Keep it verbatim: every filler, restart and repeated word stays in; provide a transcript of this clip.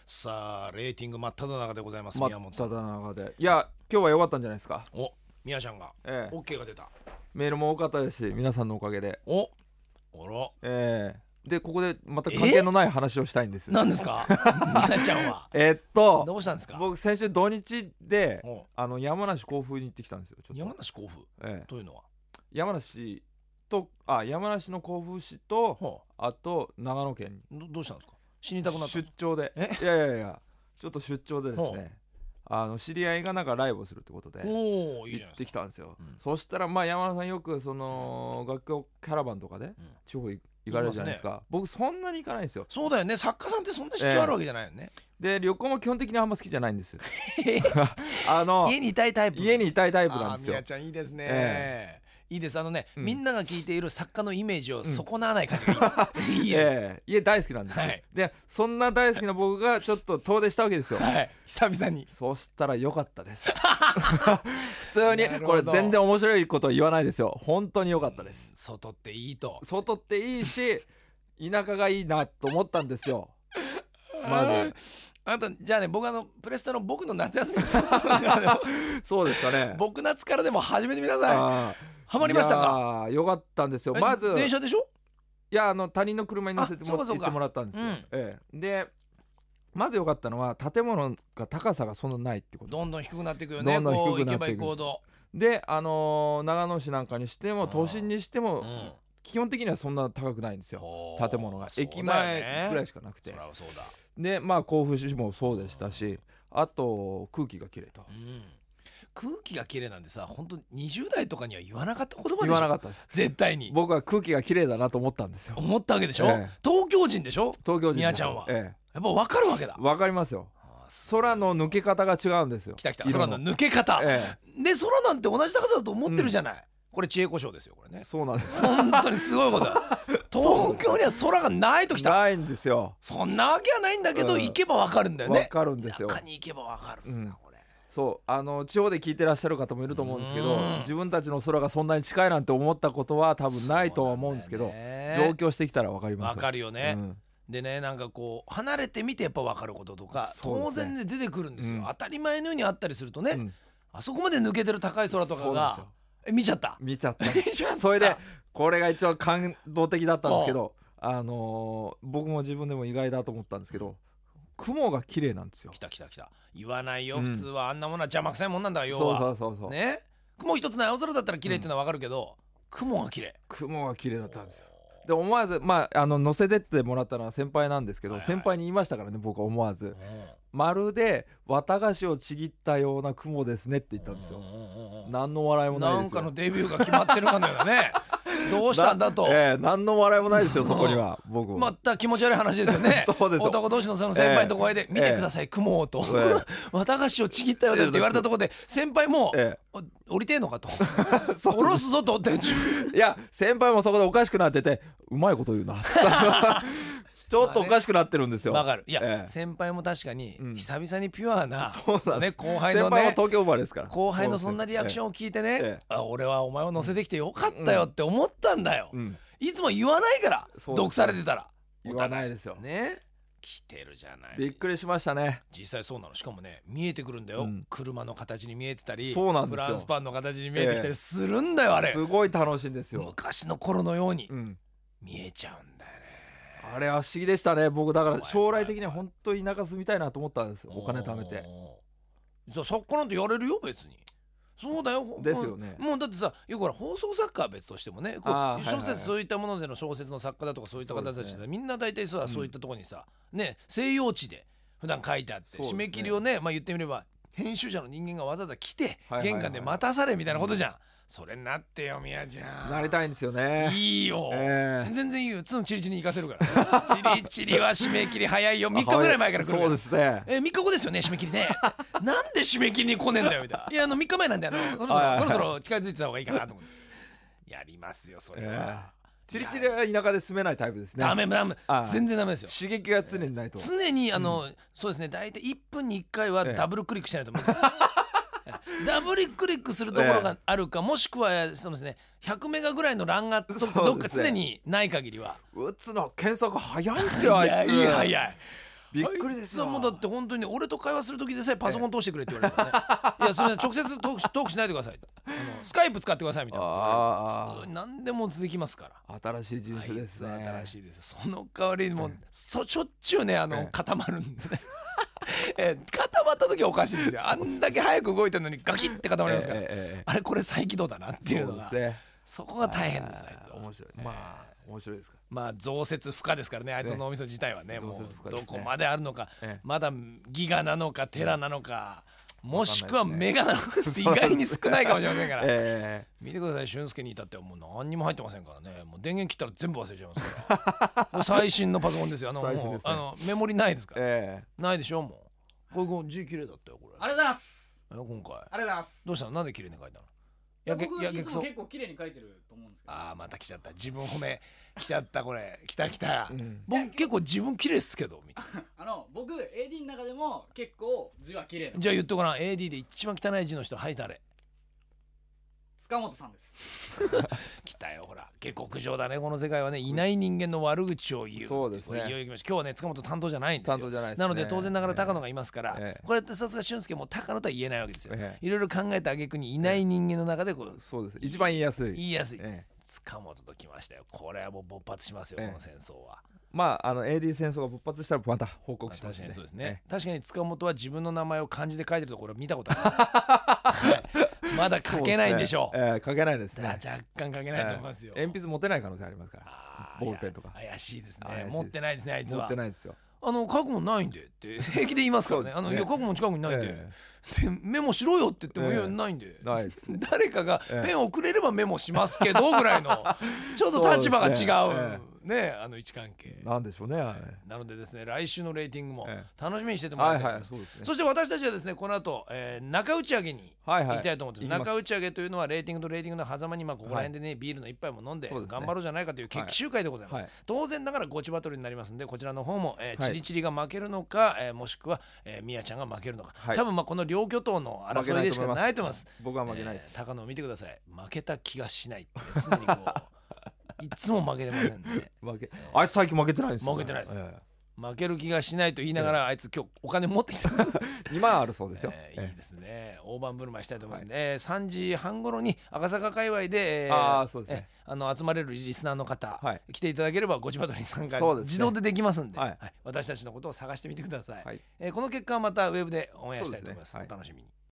さあレーティング真っ只中でございます。 真っ宮本さん、 只中で、いや今日は良かったんじゃないですか。 お宮ちゃんが、 ええ、 OK が出た。 メールも多かったですし、皆さんのおかげで。 おあら、 ええ、でここでまた関係のない話をしたいんです。 何ですか宮ちゃんはえっとどうしたんですか。 僕先週土日でおあの山梨甲府に行ってきたんですよ。ちょっと山梨甲府、 ええ、 というのは山梨とあ山梨の甲府市と、 ほあと長野県にう ど, どうしたんですか。死にたくなった出張で。 えいやいやいや、ちょっと出張でですね、あの知り合いがなんかライブをするってことでおーいいじゃないですか。 行ってきたんですよ、 うん、 そしたらまあ山田さんよくその楽曲キャラバンとかでうん地方行かれるじゃないですか、ね、僕そんなに行かないんですよ。 そうだよね、作家さんってそんな出張あるわけじゃないよね、 で旅行も基本的にあんま好きじゃないんですあの家にいたいタイプ。 家にいたいタイプなんですよ。 あ宮ちゃんいいですね、 えいいです。あのね、 うん、 みんなが聞いている作家のイメージを損なわない感じがいい、いいです、 ええ、家大好きなんですよ、 はい、 でそんな大好きな僕がちょっと遠出したわけですよ、 はい、久々に。 そしたら良かったです普通にこれ全然面白いこと言わないですよ。本当に良かったです。 外っていいと。 外っていいし田舎がいいなと思ったんですよまず。 あなたじゃあね、僕あのプレステの僕の夏休みですよそうですかね。 僕夏からでも始めてみなさい。 あハマりましたか。 いやよかったんですよ。まず電車でしょ。 いやあの他人の車に乗せてもそうかそうか行ってもらったんですよ、 うんええ、でまず良かったのは建物が高さがそんなないってこと。 どんどん低くなっていくよね。 どんどんこう低くなっていく行けば行くほど。 であのー、長野市なんかにしても都心にしても、 うん、 基本的にはそんな高くないんですよ建物が、ね、駅前ぐらいしかなくて。 そりゃそうだ。 でまあ甲府市もそうでしたし、あと空気がきれいと、 うん、空気がきれいなんでさ、本当にじゅう代とかには言わなかった言葉でしょ。 言わなかったです。 絶対に僕は空気がきれいだなと思ったんですよ。 思ったわけでしょ、 ええ、 東京人でしょ。 東京人宮ちゃんは、 ええ、 やっぱ分かるわけだ。 分かりますよ。空の抜け方が違うんですよ。 来た来た、空の抜け方、ええ、で空なんて同じ高さだと思ってるじゃない、うん、これ知恵子賞ですよこれね。 そうなんです。 本当にすごいことだ東京には空がないときた。 ないんですよ。 そんなわけはないんだけど、うん、行けばわかるんだよね。 わかるんですよ。 中に行けばわかるんだ、うん、これ。 そうあの地方で聞いてらっしゃる方もいると思うんですけど、自分たちの空がそんなに近いなんて思ったことは多分ないとは思うんですけど、上京してきたらわかりますよ。 わかるよね、 うん、 でね、なんかこう離れてみてやっぱ分かることとか、ね、当然で出てくるんですよ、うん、当たり前のようにあったりするとね、うん、あそこまで抜けてる高い空とかがえ見ちゃった見ちゃったそれでこれが一応感動的だったんですけど、あのー、僕も自分でも意外だと思ったんですけど、雲が綺麗なんですよ。 来た来た来た。言わないよ、うん、普通はあんなものは邪魔くさいもんなんだよ。 そうそうそうそう、ね、 雲一つない青空だったら綺麗っていうのは分かるけど、うん、雲が綺麗雲が綺麗だったんですよ。で思わず、まあ、あの乗せてってもらったのは先輩なんですけど、はいはい、先輩に言いましたからね、僕は思わず、まるで綿菓子をちぎったような雲ですねって言ったんですよ。何の笑いもないですよ。 なんかのデビューが決まってるかのようなねどうしたんだと、 えー、何の笑いもないですよそこには僕は。 また気持ち悪い話ですよねそうです。 男同士のその先輩のところで、えー、見てください、えー、雲をと、えー、綿菓子をちぎったようだって言われたところで先輩も、えー、降りてんのかと降ろすぞとっていや先輩もそこでおかしくなってて、うまいこと言うなちょっとおかしくなってるんですよ。 わかる。いや、ええ、先輩も確かに久々にピュアな、うん、ね、後輩のね、 先輩も東京生まれですから、 後輩のそんなリアクションを聞いてね、ええ、あ俺はお前を乗せてきてよかったよって思ったんだよ、うん、いつも言わないから毒されてたら言わないですよね。来てるじゃない。 びっくりしましたね。 実際そうなの。しかもね見えてくるんだよ、うん、車の形に見えてたり、 そうなんですよ、 フランスパンの形に見えてきたりするんだよ、ええ、あれすごい楽しいんですよ。 昔の頃のように見えちゃうんだよね、 うん、あれは不思議でしたね。僕だから将来的には本当に田舎住みたいなと思ったんです。お金貯めて。 じゃあ作家なんてやれるよ別に。そうだよですよね。 もうだってさ、よくほら放送作家は別としてもね、こう小説そういったものでの小説の作家だとかそういった方たちで、ね、みんな大体さ、うん、そういったところにさね西洋地で普段書いてあって、ね、締め切りをね、まあ、言ってみれば編集者の人間がわざわざ来て、はいはいはい、玄関で待たされみたいなことじゃん、うん、それになってよ宮ちゃん。 なりたいんですよね。 いいよ、えー、全然いいよ。つんチリチリに行かせるから、ね、チリチリは締め切り早いよ。みっかぐらい前から来るから。 そうですね。 えー、みっかごですよね締め切りねなんで締め切りに来ねえんだよみたいな。いやあのみっかまえなんであのそろそろそろそろ近づいてた方がいいかなと思ってやりますよそれは、えー、 チリチリは田舎で住めないタイプですね。 ダメダメ全然ダメですよ。 刺激が常にないと。 常にあの、うん、そうですね大体いっぷんにいっかいはダブルクリックしないと無理です、ええダブルクリックするところがあるか、もしくはそうですねひゃくメガぐらいの欄がどっか常にない限りは。 打つの検索早いんすよあいつ。 いやいい早いびっくりですよ。 あいつはもうだって本当に俺と会話する時でさえパソコン通してくれって言われるからねいやそれ直接トークし、トークしないでください、あのスカイプ使ってくださいみたいな、普通何でもできますから。 新しい人種ですね。 新しいです。その代わりにもう、そしょっちゅうねあの、ええ、固まるんですねえ固まった時はおかしいですよ。あんだけ早く動いてるのにガキって固まりますから、ええ、あれこれ再起動だなっていうのが、そうですね、そこが大変です。あいつは面白い、ね、まあ面白いですか。まあ増設不可ですからね、あいつの脳みそ自体は ね, ねもうどこまであるのか、ね、まだギガなのかテラなのか、うん、もしくはメガなのか意外に少ないかもしれませんから、えー、見てください。俊介に至ってはもう何にも入ってませんからね。もう電源切ったら全部忘れちゃいますから最新のパソコンですよ。あの、もうあのメモリないですから、えー、ないでしょ。もうこれこう字綺麗だったよこれ。 ありがとうございます。 今回ありがとうございます。 どうしたの、なんで綺麗に書いたの。 やけ僕いつも結構綺麗に書いてると思うんですけど。 ああまた来ちゃった、自分褒め来ちゃったこれ来た来た、うん、僕結構自分綺麗っすけどみたいなあの僕 エーディー の中でも結構字は綺麗な。 じゃあ言っとかな、 エーディー で一番汚い字の人、はい誰。 塚本さんです来たよほら、下克上だねこの世界はね。いない人間の悪口を言う。 そうですね。 いよいよ行きましょう。今日はね塚本担当じゃないんですよ。 担当じゃないですね。 なので当然ながら高野がいますから、 ええ、 こうやってさすが俊介も高野とは言えないわけですよ、ええ、 いろいろ考えた挙句にいない人間の中でこう、 え、そうです。一番言いやすい言いやすい、 ええ、 塚本と来ましたよ。これはもう勃発しますよ、ええ、この戦争は。 まあ、あの エーディー 戦争が勃発したらまた報告しますね。 確かにそうですね、ええ、確かに塚本は自分の名前を漢字で書いてるところ見たことある、はい、まだ書けないんでしょう。 う、ね、えー、書けないですね。 若干書けないと思いますよ、 えー、鉛筆持てない可能性ありますから。ボールペンとか怪しいですね。持ってないですねあいつは。 持ってないですよ。 あの書くもんないんでって平気で言いますからね。あのいや書くもん近くにないんで、えー、でメモしろよって言っても、えー、いやないんで、 ないです、ね、 誰かがペンをくれればメモしますけどぐらいのちょっと立場が違うね、あの位置関係なんでしょうね、あれ。 なのでですね、来週のレーティングも楽しみにしててもらいたいと思います。はいはい、そうですね。そして私たちはですねこの後、えー、中打ち上げに行きたいと思ってます。はいはい、中打ち上げというのはレーティングとレーティングの狭間に、まあここら辺でね、はい、ビールの一杯も飲んで頑張ろうじゃないかという決起集会でございます。はいはい、当然ながらゴチバトルになりますんで、こちらの方も、えー、チリチリが負けるのか、えー、もしくは、えー、ミヤちゃんが負けるのか、はい、多分まあこの両巨頭の争いでしかないと思います。 僕は負けないです。 えー、高野を見てください。負けた気がしないって、ね、常にこういつも負けてませんね。 負けあいつ最近負けてないですよ、 ね、負けてないです、えー、負ける気がしないと言いながら、えー、あいつ今日お金持ってきたにまんあるそうですよ、 えー、いいですね。大盤振る舞いしたいと思いますね、はい。えー、さんじはん頃に赤坂界隈で、えーあそうですね、 えー、あの集まれるリスナーの方、はい、来ていただければゴチバトルに参加、 ね、 自動でできますんで、 はいはい、私たちのことを探してみてください、 はい。 えー、この結果はまたウェブでオンエアしたいと思います、ね。はい、お楽しみに。